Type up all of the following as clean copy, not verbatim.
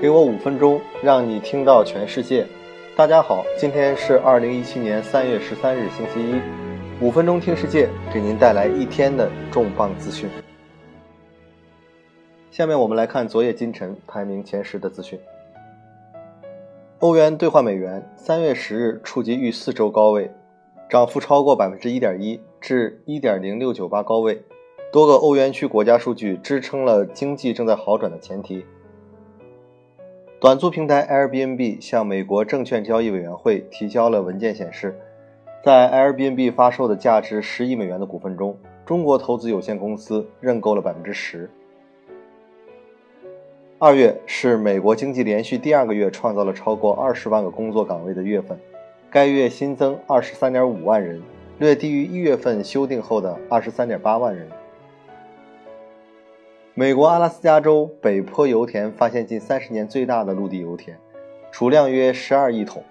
给我5分钟，让你听到全世界。大家好，今天是2017年3月13日，星期一。5分钟听世界，给您带来一天的重磅资讯。下面我们来看昨夜今晨排名前10的资讯。欧元兑换美元3月10日触及逾4周高位，涨幅超过 1.1% 至 1.0698 高位。多个欧元区国家数据支撑了经济正在好转的前提。短租平台 Airbnb 向美国证券交易委员会提交了文件，显示在 Airbnb 发售的价值10亿美元的股份中，中国投资有限公司认购了 10%。2月是美国经济连续第2个月创造了超过20万个工作岗位的月份，该月新增 23.5 万人，略低于1月份修订后的 23.8 万人。美国阿拉斯加州北坡油田发现近30年最大的陆地油田，储量约12亿桶。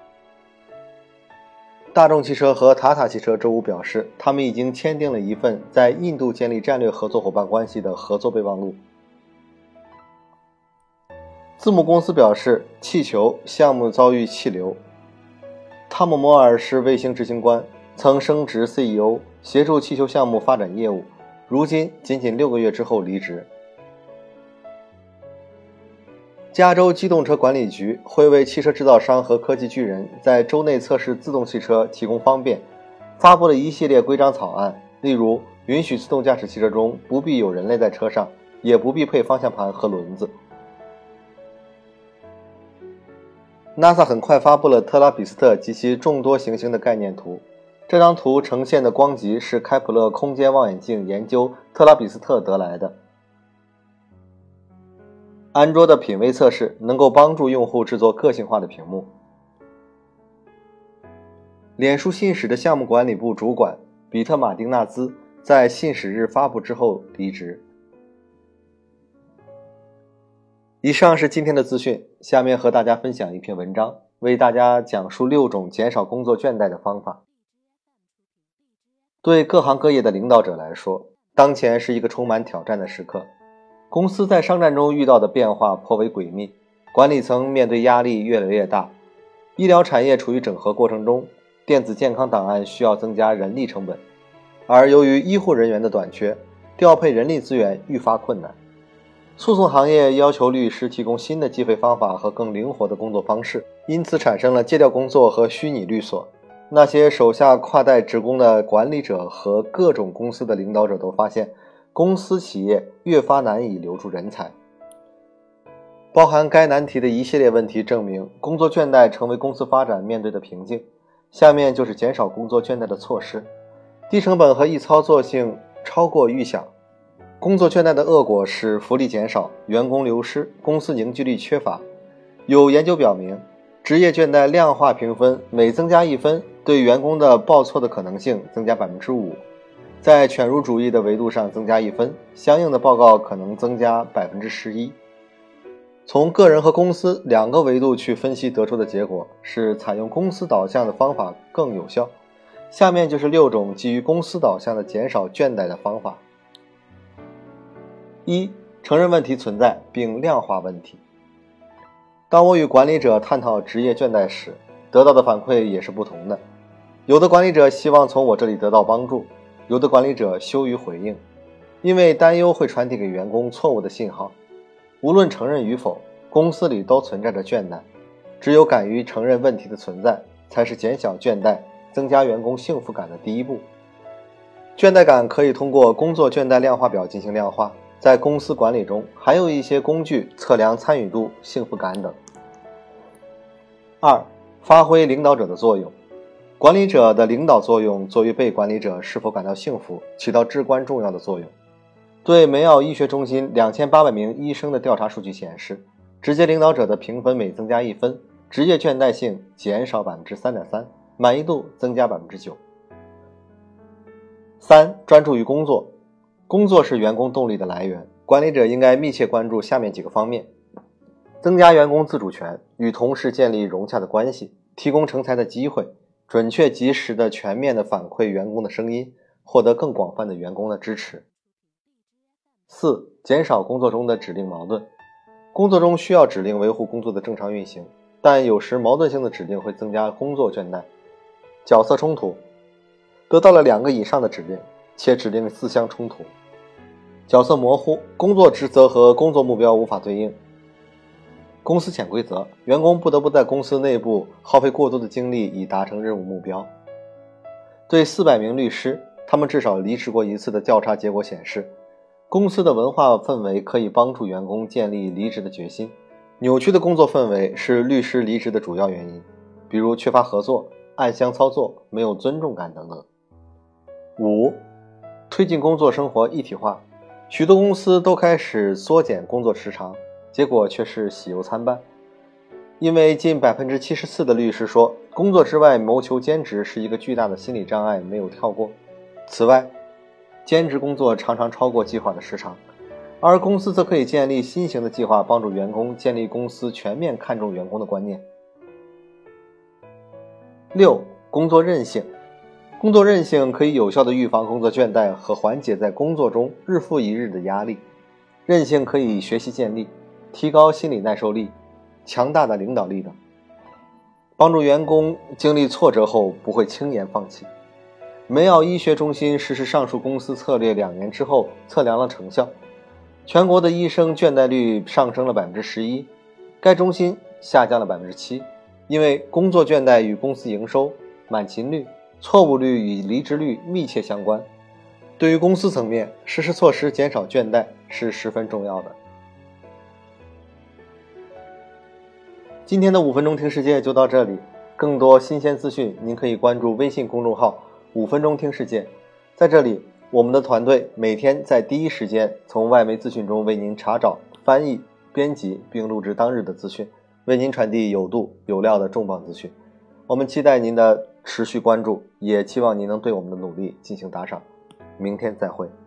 大众汽车和塔塔汽车周五表示，他们已经签订了一份在印度建立战略合作伙伴关系的合作备忘录。字母公司表示，气球项目遭遇气流。汤姆·摩尔是卫星执行官，曾升职 CEO， 协助气球项目发展业务，如今仅6个月之后离职。加州机动车管理局会为汽车制造商和科技巨人在州内测试自动汽车提供方便，发布了一系列规章草案，例如允许自动驾驶汽车中不必有人类在车上，也不必配方向盘和轮子。NASA 很快发布了特拉比斯特及其众多行星的概念图，这张图呈现的光极是开普勒空间望远镜研究特拉比斯特得来的。安卓的品味测试能够帮助用户制作个性化的屏幕。脸书信使的项目管理部主管比特马丁纳兹在信使日发布之后离职。以上是今天的资讯，下面和大家分享一篇文章，为大家讲述6种减少工作倦怠的方法。对各行各业的领导者来说，当前是一个充满挑战的时刻。公司在商战中遇到的变化颇为诡秘，管理层面对压力越来越大，医疗产业处于整合过程中，电子健康档案需要增加人力成本，而由于医护人员的短缺，调配人力资源愈发困难。诉讼行业要求律师提供新的计费方法和更灵活的工作方式，因此产生了借调工作和虚拟律所。那些手下挎带职工的管理者和各种公司的领导者都发现，公司企业越发难以留住人才。包含该难题的一系列问题证明，工作倦怠成为公司发展面对的瓶颈。下面就是减少工作倦怠的措施。低成本和易操作性超过预想。工作倦怠的恶果是福利减少、员工流失、公司凝聚力缺乏。有研究表明，职业倦怠量化评分每增加1分，对员工的报错的可能性增加 5%， 在犬儒主义的维度上增加1分，相应的报告可能增加 11%。 从个人和公司2个维度去分析得出的结果是采用公司导向的方法更有效。下面就是6种基于公司导向的减少倦怠的方法。1. 承认问题存在并量化问题。当我与管理者探讨职业倦怠时，得到的反馈也是不同的。有的管理者希望从我这里得到帮助，有的管理者羞于回应，因为担忧会传递给员工错误的信号。无论承认与否，公司里都存在着倦怠，只有敢于承认问题的存在，才是减小倦怠、增加员工幸福感的第一步。倦怠感可以通过工作倦怠量化表进行量化，在公司管理中还有一些工具测量参与度、幸福感等。2. 发挥领导者的作用。管理者的领导作用作为被管理者是否感到幸福起到至关重要的作用。对梅奥医学中心2800名医生的调查数据显示，直接领导者的评分每增加1分，职业倦怠性减少 3.3%， 满意度增加 9%。 3. 专注于工作。工作是员工动力的来源，管理者应该密切关注下面几个方面：增加员工自主权，与同事建立融洽的关系，提供成才的机会，准确及时的全面的反馈员工的声音，获得更广泛的员工的支持。4. 减少工作中的指令矛盾。 工作中需要指令维护工作的正常运行，但有时矛盾性的指令会增加工作倦怠。角色冲突，得到了2个以上的指令，且指令自相冲突。角色模糊，工作职责和工作目标无法对应。公司潜规则，员工不得不在公司内部耗费过多的精力以达成任务目标。对400名律师，他们至少离职过1次的调查结果显示，公司的文化氛围可以帮助员工建立离职的决心。扭曲的工作氛围是律师离职的主要原因，比如缺乏合作、暗箱操作、没有尊重感等等。5. 推进工作生活一体化，许多公司都开始缩减工作时长，结果却是喜忧参半。因为近74%的律师说，工作之外谋求兼职是一个巨大的心理障碍，没有跳过。此外，兼职工作常常超过计划的时长，而公司则可以建立新型的计划，帮助员工建立公司全面看重员工的观念。6. 工作韧性，工作韧性可以有效地预防工作倦怠和缓解在工作中日复一日的压力。韧性可以学习建立，提高心理耐受力、强大的领导力等，帮助员工经历挫折后不会轻言放弃。梅奥医学中心实施上述公司策略2年之后测量了成效，全国的医生倦怠率上升了 11%， 该中心下降了 7%， 因为工作倦怠与公司营收、满勤率、错误率与离职率密切相关。对于公司层面，实施措施减少倦怠是十分重要的。今天的5分钟听世界就到这里，更多新鲜资讯您可以关注微信公众号5分钟听世界。在这里，我们的团队每天在第一时间从外媒资讯中为您查找、翻译、编辑并录制当日的资讯，为您传递有度有料的重磅资讯。我们期待您的持续关注，也期望您能对我们的努力进行打赏。明天再会。